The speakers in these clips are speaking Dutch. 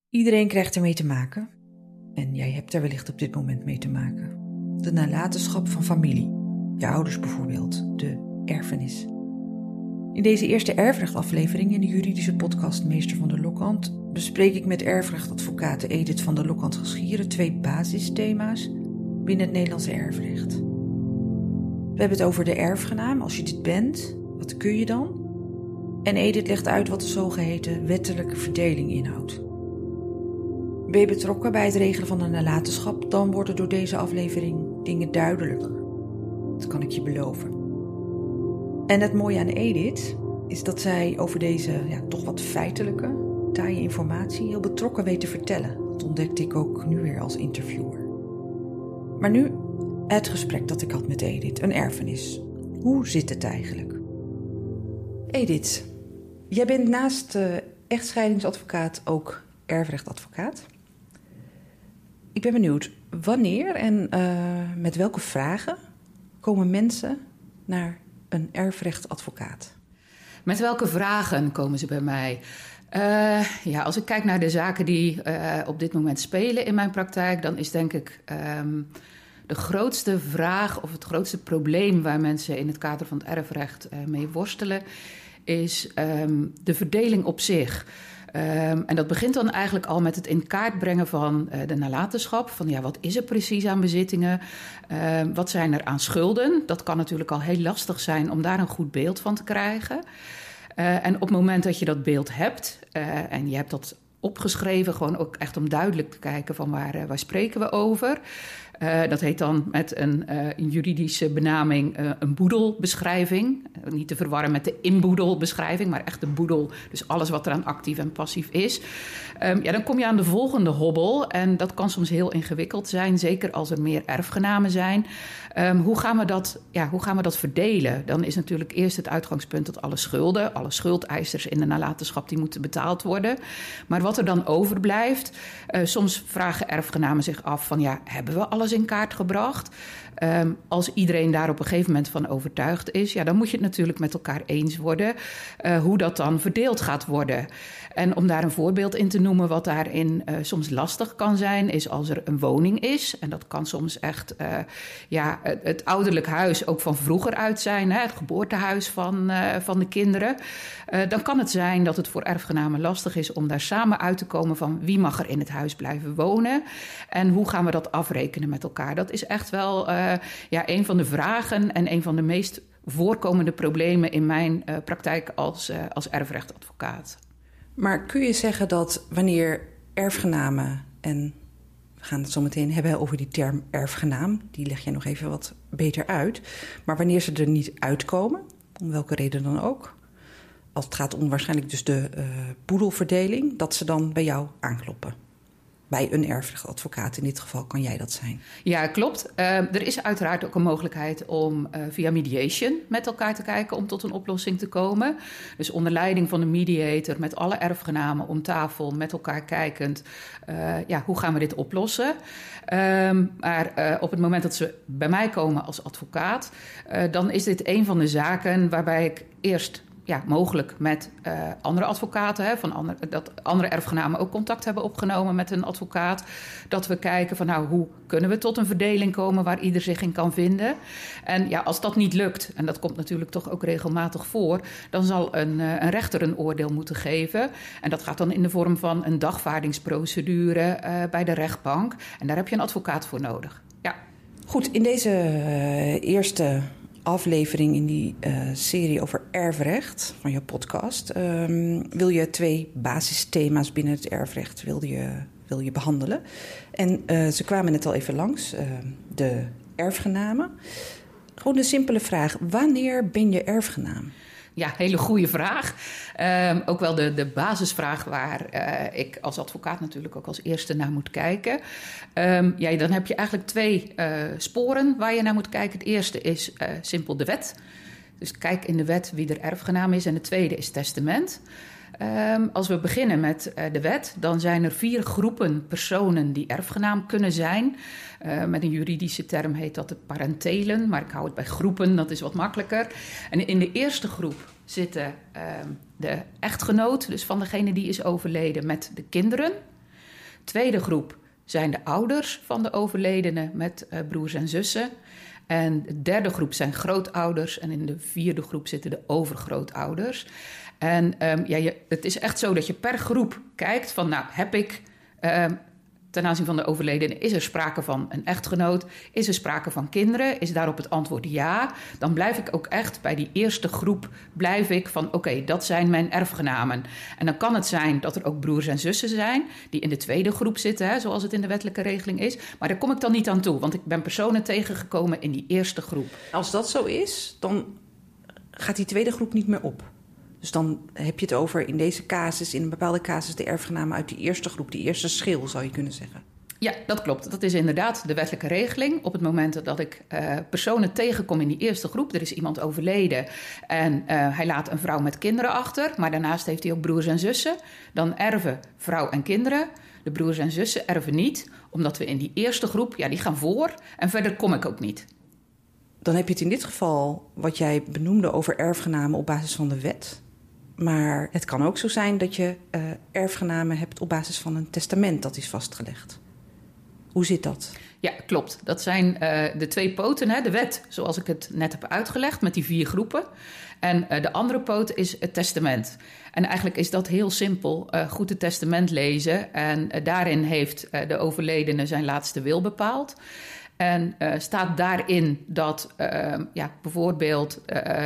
Iedereen krijgt ermee te maken. En jij hebt er wellicht op dit moment mee te maken. De nalatenschap van familie. Je ouders bijvoorbeeld. De erfenis. In deze eerste erfrechtaflevering in de juridische podcast Meester van der Lokhand bespreek ik met erfrechtadvocaat Edith van der Lokhand-Geschieren 2 basisthema's binnen het Nederlandse erfrecht. We hebben het over de erfgenaam. Als je dit bent, wat kun je dan? En Edith legt uit wat de zogeheten wettelijke verdeling inhoudt. Ben je betrokken bij het regelen van een nalatenschap, dan worden door deze aflevering dingen duidelijker. Dat kan ik je beloven. En het mooie aan Edith is dat zij over deze toch wat feitelijke, taaie informatie heel betrokken weet te vertellen. Dat ontdekte ik ook nu weer als interviewer. Maar nu het gesprek dat ik had met Edith, een erfenis. Hoe zit het eigenlijk? Edith, jij bent naast echtscheidingsadvocaat ook erfrechtadvocaat. Ik ben benieuwd, wanneer en met welke vragen komen mensen naar een erfrechtadvocaat? Met welke vragen komen ze bij mij? Als ik kijk naar de zaken die op dit moment spelen in mijn praktijk, dan is denk ik de grootste vraag of het grootste probleem waar mensen in het kader van het erfrecht mee worstelen, is de verdeling op zich. En dat begint dan eigenlijk al met het in kaart brengen van de nalatenschap. Van wat is er precies aan bezittingen? Wat zijn er aan schulden? Dat kan natuurlijk al heel lastig zijn om daar een goed beeld van te krijgen. En op het moment dat je dat beeld hebt en je hebt dat opgeschreven, gewoon ook echt om duidelijk te kijken van waar spreken we over. Dat heet dan met een juridische benaming een boedelbeschrijving. Niet te verwarren met de inboedelbeschrijving, maar echt de boedel. Dus alles wat er aan actief en passief is. Dan kom je aan de volgende hobbel. En dat kan soms heel ingewikkeld zijn, zeker als er meer erfgenamen zijn. Hoe gaan we dat verdelen? Dan is natuurlijk eerst het uitgangspunt dat alle schuldeisers in de nalatenschap, die moeten betaald worden. Maar wat er dan overblijft, soms vragen erfgenamen zich af van hebben we alles in kaart gebracht? Als iedereen daar op een gegeven moment van overtuigd is, dan moet je het natuurlijk met elkaar eens worden hoe dat dan verdeeld gaat worden. En om daar een voorbeeld in te noemen wat daarin soms lastig kan zijn, is als er een woning is. En dat kan soms echt het ouderlijk huis ook van vroeger uit zijn, het geboortehuis van de kinderen. Dan kan het zijn dat het voor erfgenamen lastig is om daar samen uit te komen van wie mag er in het huis blijven wonen en hoe gaan we dat afrekenen met elkaar. Dat is echt wel een van de vragen en een van de meest voorkomende problemen in mijn praktijk als erfrechtadvocaat. Maar kun je zeggen dat wanneer erfgenamen, en we gaan het zo meteen hebben over die term erfgenaam, die leg je nog even wat beter uit, maar wanneer ze er niet uitkomen, om welke reden dan ook, als het gaat om waarschijnlijk dus de boedelverdeling, dat ze dan bij jou aankloppen? Bij een erfrechtadvocaat, in dit geval kan jij dat zijn. Ja, klopt. Er is uiteraard ook een mogelijkheid om via mediation met elkaar te kijken om tot een oplossing te komen. Dus onder leiding van de mediator met alle erfgenamen om tafel, met elkaar kijkend, hoe gaan we dit oplossen? Maar op het moment dat ze bij mij komen als advocaat, dan is dit een van de zaken waarbij ik eerst mogelijk met andere advocaten, dat andere erfgenamen ook contact hebben opgenomen met een advocaat. Dat we kijken van hoe kunnen we tot een verdeling komen waar ieder zich in kan vinden. En als dat niet lukt, en dat komt natuurlijk toch ook regelmatig voor, dan zal een rechter een oordeel moeten geven. En dat gaat dan in de vorm van een dagvaardingsprocedure bij de rechtbank. En daar heb je een advocaat voor nodig. Ja. Goed, in deze eerste aflevering in die serie over erfrecht van je podcast wil je 2 basisthema's binnen het erfrecht wil je behandelen. En ze kwamen net al even langs, de erfgenamen. Gewoon een simpele vraag, wanneer ben je erfgenaam? Ja, hele goede vraag. Ook wel de basisvraag waar ik als advocaat natuurlijk ook als eerste naar moet kijken. Dan heb je eigenlijk 2 sporen waar je naar moet kijken. Het eerste is simpel de wet. Dus kijk in de wet wie er erfgenaam is. En het tweede is testament. Als we beginnen met de wet, dan zijn er 4 groepen personen die erfgenaam kunnen zijn. Met een juridische term heet dat de parentelen, maar ik hou het bij groepen, dat is wat makkelijker. En in de eerste groep zitten de echtgenoot, dus van degene die is overleden, met de kinderen. Tweede groep zijn de ouders van de overledene met broers en zussen. En de derde groep zijn grootouders. En in de vierde groep zitten de overgrootouders. En het is echt zo dat je per groep kijkt van, nou, heb ik ten aanzien van de overledene, is er sprake van een echtgenoot? Is er sprake van kinderen? Is daarop het antwoord ja? Dan blijf ik ook echt bij die eerste groep van, oké, dat zijn mijn erfgenamen. En dan kan het zijn dat er ook broers en zussen zijn die in de tweede groep zitten, hè, zoals het in de wettelijke regeling is. Maar daar kom ik dan niet aan toe, want ik ben personen tegengekomen in die eerste groep. Als dat zo is, dan gaat die tweede groep niet meer op. Dus dan heb je het over in deze casus, in een bepaalde casus, de erfgenamen uit die eerste groep, die eerste schil, zou je kunnen zeggen. Ja, dat klopt. Dat is inderdaad de wettelijke regeling. Op het moment dat ik personen tegenkom in die eerste groep, er is iemand overleden en hij laat een vrouw met kinderen achter, maar daarnaast heeft hij ook broers en zussen, dan erven vrouw en kinderen. De broers en zussen erven niet, omdat we in die eerste groep, die gaan voor en verder kom ik ook niet. Dan heb je het in dit geval, wat jij benoemde, over erfgenamen op basis van de wet. Maar het kan ook zo zijn dat je erfgenamen hebt op basis van een testament dat is vastgelegd. Hoe zit dat? Ja, klopt. Dat zijn de twee poten, hè? De wet, zoals ik het net heb uitgelegd, met die 4 groepen. En de andere poot is het testament. En eigenlijk is dat heel simpel. Goed het testament lezen. En daarin heeft de overledene zijn laatste wil bepaald. En staat daarin dat bijvoorbeeld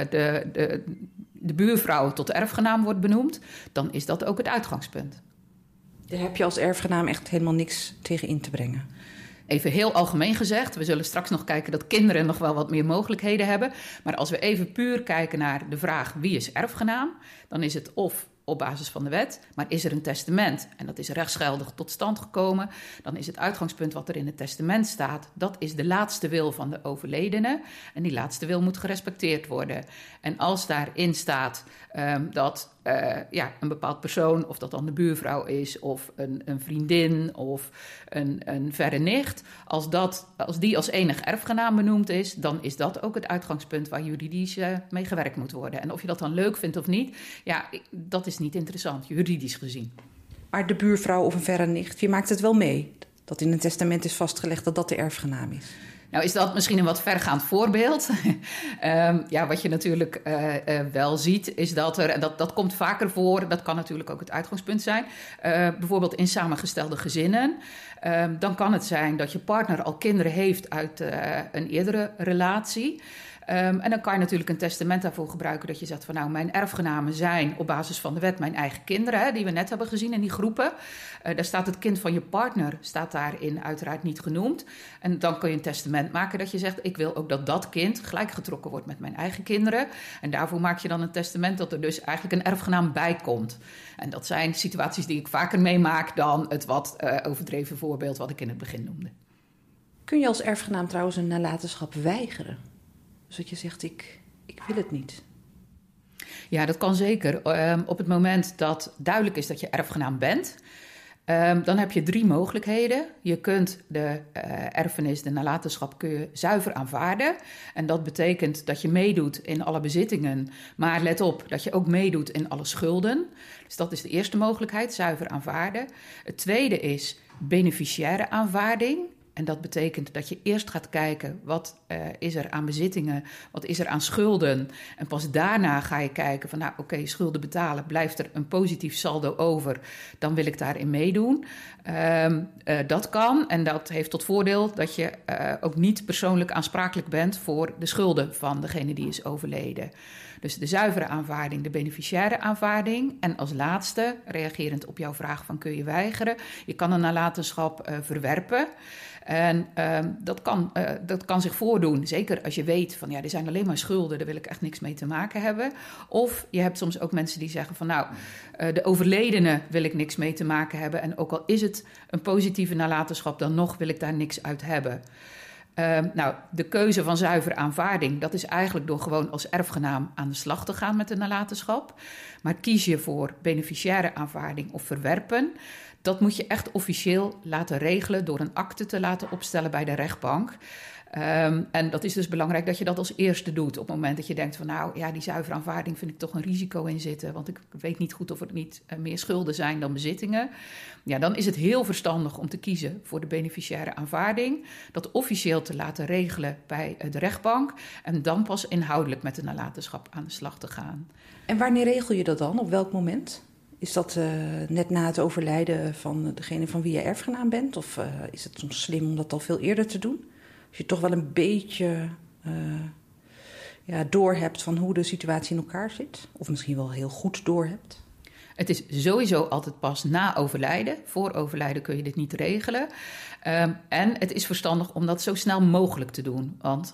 de buurvrouw tot erfgenaam wordt benoemd, dan is dat ook het uitgangspunt. Daar heb je als erfgenaam echt helemaal niks tegen in te brengen. Even heel algemeen gezegd, we zullen straks nog kijken dat kinderen nog wel wat meer mogelijkheden hebben. Maar als we even puur kijken naar de vraag wie is erfgenaam, dan is het of op basis van de wet, maar is er een testament en dat is rechtsgeldig tot stand gekomen, dan is het uitgangspunt wat er in het testament staat, dat is de laatste wil van de overledene en die laatste wil moet gerespecteerd worden. En als daarin staat dat een bepaald persoon, of dat dan de buurvrouw is of een vriendin of een verre nicht, als die als enig erfgenaam benoemd is, dan is dat ook het uitgangspunt waar juridisch mee gewerkt moet worden. En of je dat dan leuk vindt of niet, dat is niet interessant, juridisch gezien. Maar de buurvrouw of een verre nicht, je maakt het wel mee dat in een testament is vastgelegd dat dat de erfgenaam is. Nou is dat misschien een wat vergaand voorbeeld. Wat je natuurlijk wel ziet is dat er, en dat komt vaker voor, dat kan natuurlijk ook het uitgangspunt zijn, bijvoorbeeld in samengestelde gezinnen. Dan kan het zijn dat je partner al kinderen heeft uit een eerdere relatie. En dan kan je natuurlijk een testament daarvoor gebruiken dat je zegt van nou, mijn erfgenamen zijn op basis van de wet mijn eigen kinderen, hè, die we net hebben gezien in die groepen. Daar staat het kind van je partner, staat daarin uiteraard niet genoemd. En dan kun je een testament maken dat je zegt, ik wil ook dat dat kind gelijk getrokken wordt met mijn eigen kinderen. En daarvoor maak je dan een testament dat er dus eigenlijk een erfgenaam bij komt. En dat zijn situaties die ik vaker meemaak dan het wat overdreven voorbeeld wat ik in het begin noemde. Kun je als erfgenaam trouwens een nalatenschap weigeren? Dus dat je zegt, ik wil het niet. Ja, dat kan zeker. Op het moment dat duidelijk is dat je erfgenaam bent, dan heb je 3 mogelijkheden. Je kunt de erfenis, de nalatenschap, kun je zuiver aanvaarden. En dat betekent dat je meedoet in alle bezittingen. Maar let op, dat je ook meedoet in alle schulden. Dus dat is de eerste mogelijkheid, zuiver aanvaarden. Het tweede is beneficiaire aanvaarding. En dat betekent dat je eerst gaat kijken, wat is er aan bezittingen, wat is er aan schulden. En pas daarna ga je kijken van, nou oké, schulden betalen, blijft er een positief saldo over, dan wil ik daarin meedoen. Dat kan en dat heeft tot voordeel dat je ook niet persoonlijk aansprakelijk bent voor de schulden van degene die is overleden. Dus de zuivere aanvaarding, de beneficiaire aanvaarding. En als laatste, reagerend op jouw vraag van kun je weigeren, je kan een nalatenschap verwerpen. En dat kan zich voordoen, zeker als je weet van er zijn alleen maar schulden, daar wil ik echt niks mee te maken hebben. Of je hebt soms ook mensen die zeggen van de overledene wil ik niks mee te maken hebben. En ook al is het een positieve nalatenschap, dan nog wil ik daar niks uit hebben. De keuze van zuivere aanvaarding, dat is eigenlijk door gewoon als erfgenaam aan de slag te gaan met de nalatenschap. Maar kies je voor beneficiaire aanvaarding of verwerpen, Dat moet je echt officieel laten regelen door een akte te laten opstellen bij de rechtbank. En dat is dus belangrijk dat je dat als eerste doet. Op het moment dat je denkt van nou ja, die zuivere aanvaarding vind ik toch een risico in zitten. Want ik weet niet goed of er niet meer schulden zijn dan bezittingen. Ja, dan is het heel verstandig om te kiezen voor de beneficiaire aanvaarding. Dat officieel te laten regelen bij de rechtbank. En dan pas inhoudelijk met de nalatenschap aan de slag te gaan. En wanneer regel je dat dan? Op welk moment? Is dat net na het overlijden van degene van wie je erfgenaam bent? Of is het soms slim om dat al veel eerder te doen? Als je toch wel een beetje doorhebt van hoe de situatie in elkaar zit. Of misschien wel heel goed doorhebt. Het is sowieso altijd pas na overlijden. Voor overlijden kun je dit niet regelen. En het is verstandig om dat zo snel mogelijk te doen. Want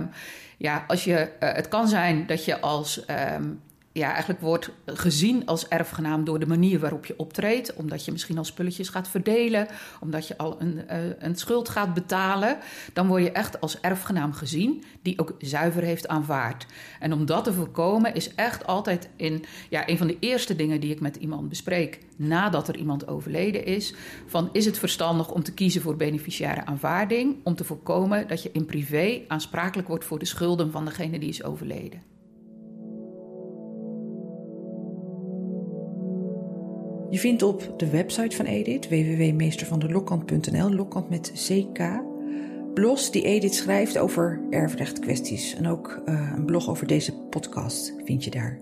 het kan zijn dat je als... eigenlijk wordt gezien als erfgenaam door de manier waarop je optreedt. Omdat je misschien al spulletjes gaat verdelen. Omdat je al een schuld gaat betalen. Dan word je echt als erfgenaam gezien die ook zuiver heeft aanvaard. En om dat te voorkomen is echt altijd een van de eerste dingen die ik met iemand bespreek nadat er iemand overleden is. Van is het verstandig om te kiezen voor beneficiaire aanvaarding. Om te voorkomen dat je in privé aansprakelijk wordt voor de schulden van degene die is overleden. Je vindt op de website van Edith, www.meestervandelokkant.nl, Lokkant met CK, blogs die Edith schrijft over erfrechtkwesties. En ook een blog over deze podcast vind je daar.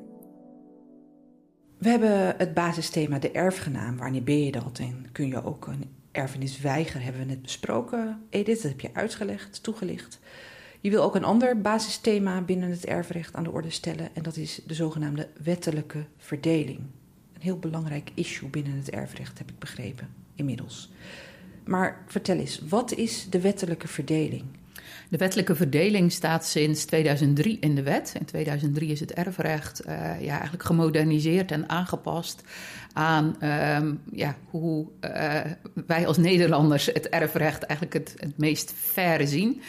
We hebben het basisthema de erfgenaam. Wanneer ben je dat? En kun je ook een erfenis weigeren? Hebben we net besproken, Edith. Dat heb je uitgelegd, toegelicht. Je wil ook een ander basisthema binnen het erfrecht aan de orde stellen. En dat is de zogenaamde wettelijke verdeling. Heel belangrijk issue binnen het erfrecht, heb ik begrepen, inmiddels. Maar vertel eens, wat is de wettelijke verdeling? De wettelijke verdeling staat sinds 2003 in de wet. In 2003 is het erfrecht eigenlijk gemoderniseerd en aangepast aan hoe wij als Nederlanders het erfrecht eigenlijk het meest faire zien.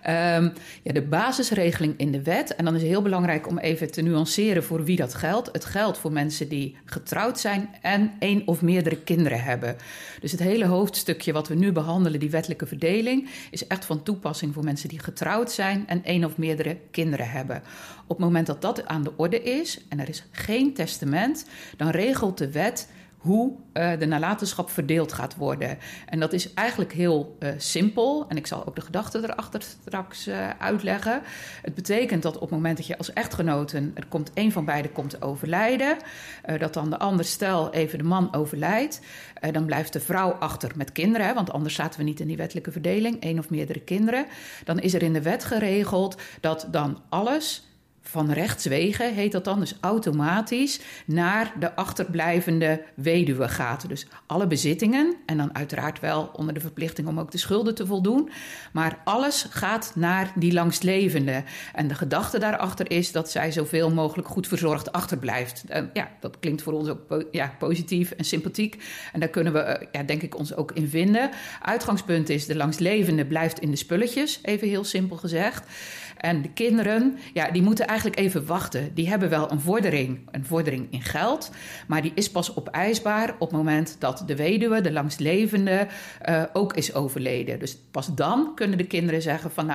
De basisregeling in de wet. En dan is het heel belangrijk om even te nuanceren voor wie dat geldt. Het geldt voor mensen die getrouwd zijn en 1 of meerdere kinderen hebben. Dus het hele hoofdstukje wat we nu behandelen, die wettelijke verdeling, is echt van toepassing voor mensen die getrouwd zijn en 1 of meerdere kinderen hebben. Op het moment dat dat aan de orde is en er is geen testament, dan regelt de wet hoe de nalatenschap verdeeld gaat worden. En dat is eigenlijk heel simpel. En ik zal ook de gedachte erachter straks uitleggen. Het betekent dat op het moment dat je als echtgenoten, er komt één van beiden komt overlijden, dat dan de ander stel even de man overlijdt, dan blijft de vrouw achter met kinderen, want anders zaten we niet in die wettelijke verdeling, 1 of meerdere kinderen. Dan is er in de wet geregeld dat dan alles van rechtswege, heet dat dan, dus automatisch naar de achterblijvende weduwe gaat. Dus alle bezittingen, en dan uiteraard wel onder de verplichting om ook de schulden te voldoen, maar alles gaat naar die langstlevende. En de gedachte daarachter is dat zij zoveel mogelijk goed verzorgd achterblijft. Dat klinkt voor ons ook positief en sympathiek. En daar kunnen we, denk ik, ons ook in vinden. Uitgangspunt is, de langstlevende blijft in de spulletjes, even heel simpel gezegd. En de kinderen, die moeten eigenlijk even wachten. Die hebben wel een vordering in geld, maar die is pas opeisbaar op het moment dat de weduwe, de langstlevende, ook is overleden. Dus pas dan kunnen de kinderen zeggen van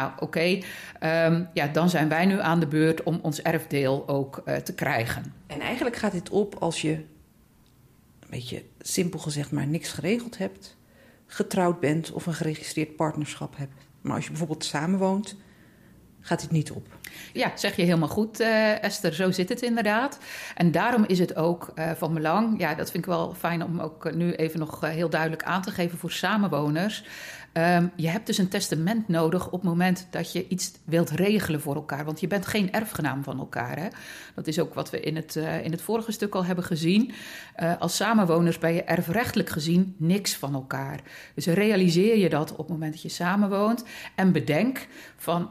dan zijn wij nu aan de beurt om ons erfdeel ook te krijgen. En eigenlijk gaat dit op als je, een beetje simpel gezegd, maar niks geregeld hebt, getrouwd bent of een geregistreerd partnerschap hebt. Maar als je bijvoorbeeld samenwoont, gaat dit niet op. Ja, zeg je helemaal goed, Esther. Zo zit het inderdaad. En daarom is het ook van belang. Ja, dat vind ik wel fijn om ook nu even nog heel duidelijk aan te geven voor samenwoners. Je hebt dus een testament nodig op het moment dat je iets wilt regelen voor elkaar. Want je bent geen erfgenaam van elkaar. Hè? Dat is ook wat we in het vorige stuk al hebben gezien. Als samenwoners ben je erfrechtelijk gezien niks van elkaar. Dus realiseer je dat op het moment dat je samenwoont. En bedenk van,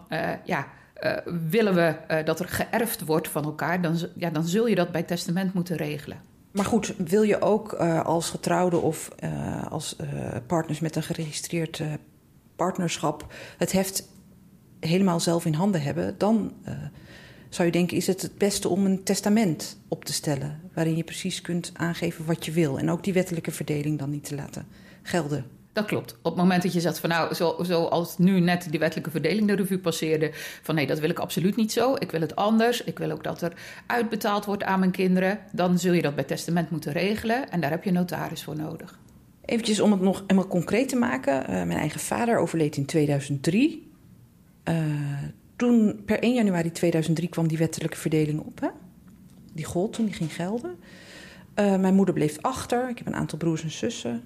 willen we dat er geërfd wordt van elkaar, dan zul je dat bij testament moeten regelen. Maar goed, wil je ook als getrouwde of als partners met een geregistreerd partnerschap het heft helemaal zelf in handen hebben, dan zou je denken, is het beste om een testament op te stellen, waarin je precies kunt aangeven wat je wil en ook die wettelijke verdeling dan niet te laten gelden. Dat klopt. Op het moment dat je zegt van nou, zoals nu net die wettelijke verdeling de revue passeerde, van nee, dat wil ik absoluut niet zo. Ik wil het anders. Ik wil ook dat er uitbetaald wordt aan mijn kinderen. Dan zul je dat bij testament moeten regelen en daar heb je een notaris voor nodig. Eventjes om het nog helemaal concreet te maken. Mijn eigen vader overleed in 2003. Toen, per 1 januari 2003 kwam die wettelijke verdeling op. Hè? Die gold toen, die ging gelden. Mijn moeder bleef achter. Ik heb een aantal broers en zussen.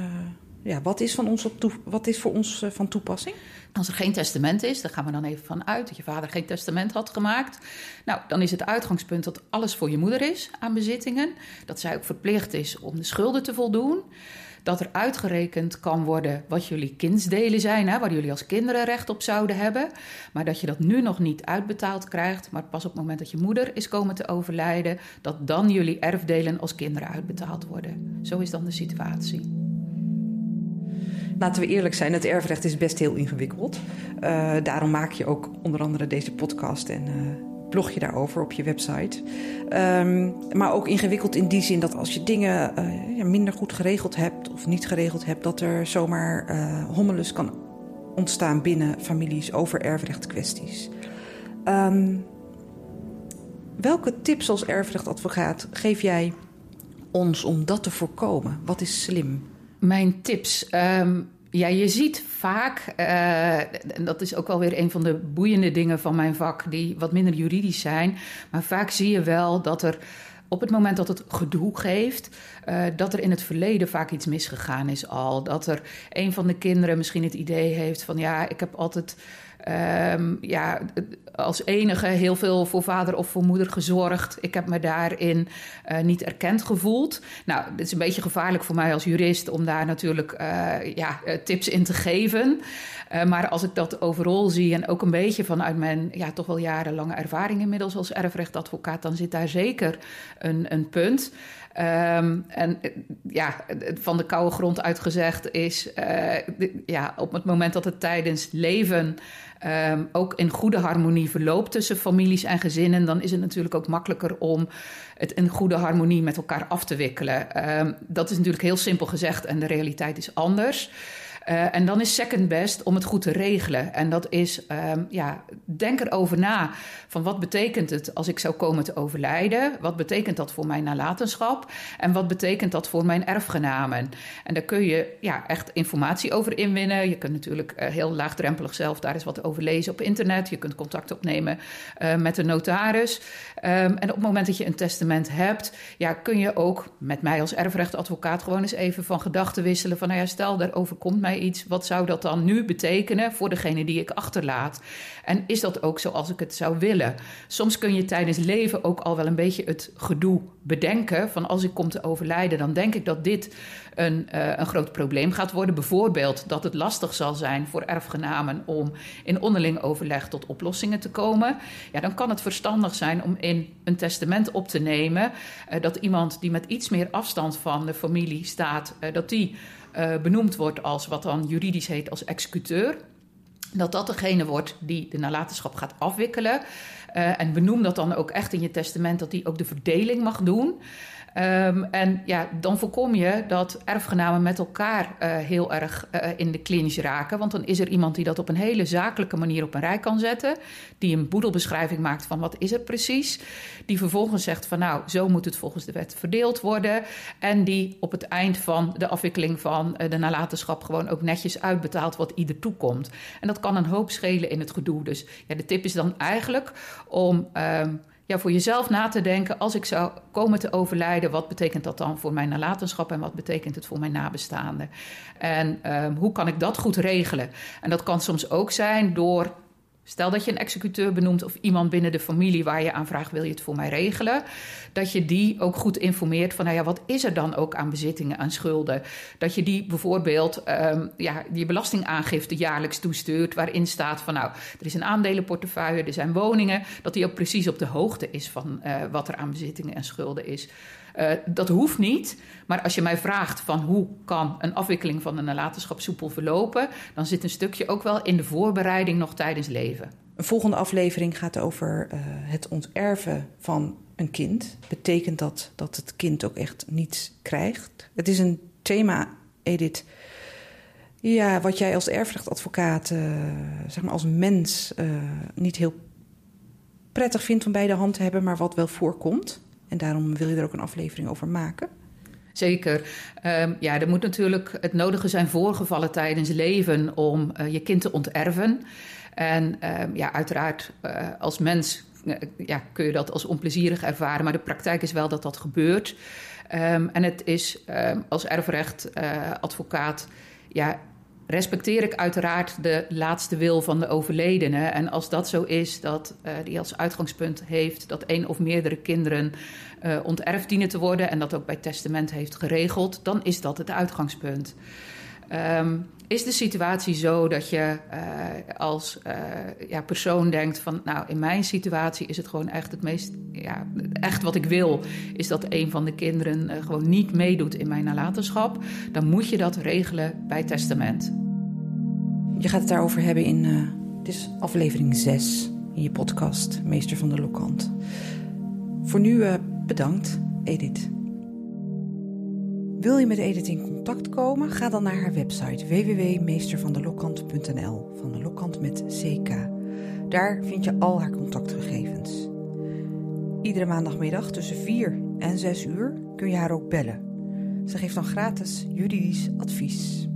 Wat is voor ons van toepassing? Als er geen testament is, daar gaan we dan even van uit dat je vader geen testament had gemaakt. Nou, dan is het uitgangspunt dat alles voor je moeder is aan bezittingen. Dat zij ook verplicht is om de schulden te voldoen. Dat er uitgerekend kan worden wat jullie kindsdelen zijn, hè, waar jullie als kinderen recht op zouden hebben. Maar dat je dat nu nog niet uitbetaald krijgt, maar pas op het moment dat je moeder is komen te overlijden, dat dan jullie erfdelen als kinderen uitbetaald worden. Zo is dan de situatie. Laten we eerlijk zijn, het erfrecht is best heel ingewikkeld. Daarom maak je ook onder andere deze podcast en blog je daarover op je website. Maar ook ingewikkeld in die zin dat als je dingen minder goed geregeld hebt of niet geregeld hebt, dat er zomaar hommelus kan ontstaan binnen families over erfrechtkwesties. Welke tips als erfrechtadvocaat geef jij ons om dat te voorkomen? Wat is slim? Mijn tips. Je ziet vaak, en dat is ook wel weer een van de boeiende dingen van mijn vak, die wat minder juridisch zijn. Maar vaak zie je wel dat er op het moment dat het gedoe geeft, dat er in het verleden vaak iets misgegaan is al. Dat er een van de kinderen misschien het idee heeft van ja, ik heb altijd als enige heel veel voor vader of voor moeder gezorgd. Ik heb me daarin niet erkend gevoeld. Nou, het is een beetje gevaarlijk voor mij als jurist om daar natuurlijk tips in te geven. Maar als ik dat overal zie en ook een beetje vanuit mijn toch wel jarenlange ervaring inmiddels als erfrechtadvocaat, dan zit daar zeker een punt. Van de koude grond uitgezegd is, op het moment dat het tijdens leven ook in goede harmonie verloopt tussen families en gezinnen, dan is het natuurlijk ook makkelijker om het in goede harmonie met elkaar af te wikkelen. Dat is natuurlijk heel simpel gezegd en de realiteit is anders. En dan is second best om het goed te regelen. En dat is, denk erover na van wat betekent het als ik zou komen te overlijden? Wat betekent dat voor mijn nalatenschap? En wat betekent dat voor mijn erfgenamen? En daar kun je echt informatie over inwinnen. Je kunt natuurlijk heel laagdrempelig zelf daar eens wat over lezen op internet. Je kunt contact opnemen met de notaris. En op het moment dat je een testament hebt, kun je ook met mij als erfrechtadvocaat gewoon eens even van gedachten wisselen. Van stel, daar overkomt mij iets. Wat zou dat dan nu betekenen voor degene die ik achterlaat? En is dat ook zoals ik het zou willen? Soms kun je tijdens leven ook al wel een beetje het gedoe bedenken. Van als ik kom te overlijden, dan denk ik dat dit een groot probleem gaat worden. Bijvoorbeeld dat het lastig zal zijn voor erfgenamen om in onderling overleg tot oplossingen te komen. Ja, dan kan het verstandig zijn om in een testament op te nemen dat iemand die met iets meer afstand van de familie staat, dat die benoemd wordt als wat dan juridisch heet als executeur. Dat degene wordt die de nalatenschap gaat afwikkelen. En benoem dat dan ook echt in je testament dat die ook de verdeling mag doen. Dan voorkom je dat erfgenamen met elkaar heel erg in de clinch raken. Want dan is er iemand die dat op een hele zakelijke manier op een rij kan zetten. Die een boedelbeschrijving maakt van wat is het precies. Die vervolgens zegt van nou, zo moet het volgens de wet verdeeld worden. En die op het eind van de afwikkeling van de nalatenschap gewoon ook netjes uitbetaalt wat ieder toekomt. En dat kan een hoop schelen in het gedoe. Dus de tip is dan eigenlijk om voor jezelf na te denken, als ik zou komen te overlijden, wat betekent dat dan voor mijn nalatenschap en wat betekent het voor mijn nabestaanden? En hoe kan ik dat goed regelen? En dat kan soms ook zijn door, stel dat je een executeur benoemt of iemand binnen de familie waar je aan vraagt, wil je het voor mij regelen? Dat je die ook goed informeert van, wat is er dan ook aan bezittingen, aan schulden? Dat je die bijvoorbeeld die belastingaangifte jaarlijks toestuurt, waarin staat van, er is een aandelenportefeuille, er zijn woningen, dat die ook precies op de hoogte is van wat er aan bezittingen en schulden is. Dat hoeft niet, maar als je mij vraagt van hoe kan een afwikkeling van een nalatenschap soepel verlopen, dan zit een stukje ook wel in de voorbereiding nog tijdens leven. Een volgende aflevering gaat over het onterven van een kind. Betekent dat het kind ook echt niets krijgt? Het is een thema, Edith, ja, wat jij als erfrechtadvocaat, zeg maar als mens, niet heel prettig vindt om bij de hand te hebben, maar wat wel voorkomt. En daarom wil je er ook een aflevering over maken. Zeker. Er moet natuurlijk het nodige zijn voorgevallen tijdens leven om je kind te onterven. En uiteraard als mens kun je dat als onplezierig ervaren, maar de praktijk is wel dat dat gebeurt. En het is als erfrechtadvocaat, respecteer ik uiteraard de laatste wil van de overledene. En als dat zo is, dat die als uitgangspunt heeft dat 1 of meerdere kinderen onterfd dienen te worden en dat ook bij testament heeft geregeld, dan is dat het uitgangspunt. Is de situatie zo dat je als persoon denkt van, nou, in mijn situatie is het gewoon echt het meest, echt wat ik wil, is dat een van de kinderen gewoon niet meedoet in mijn nalatenschap, dan moet je dat regelen bij testament. Je gaat het daarover hebben in, dit is aflevering 6 in je podcast, Meester van der Lokkant. Voor nu bedankt, Edith. Wil je met Edith in contact komen? Ga dan naar haar website www.meestervanderlokkant.nl, Van de Lokkant met CK. Daar vind je al haar contactgegevens. Iedere maandagmiddag tussen 4 en 6 uur kun je haar ook bellen. Ze geeft dan gratis juridisch advies.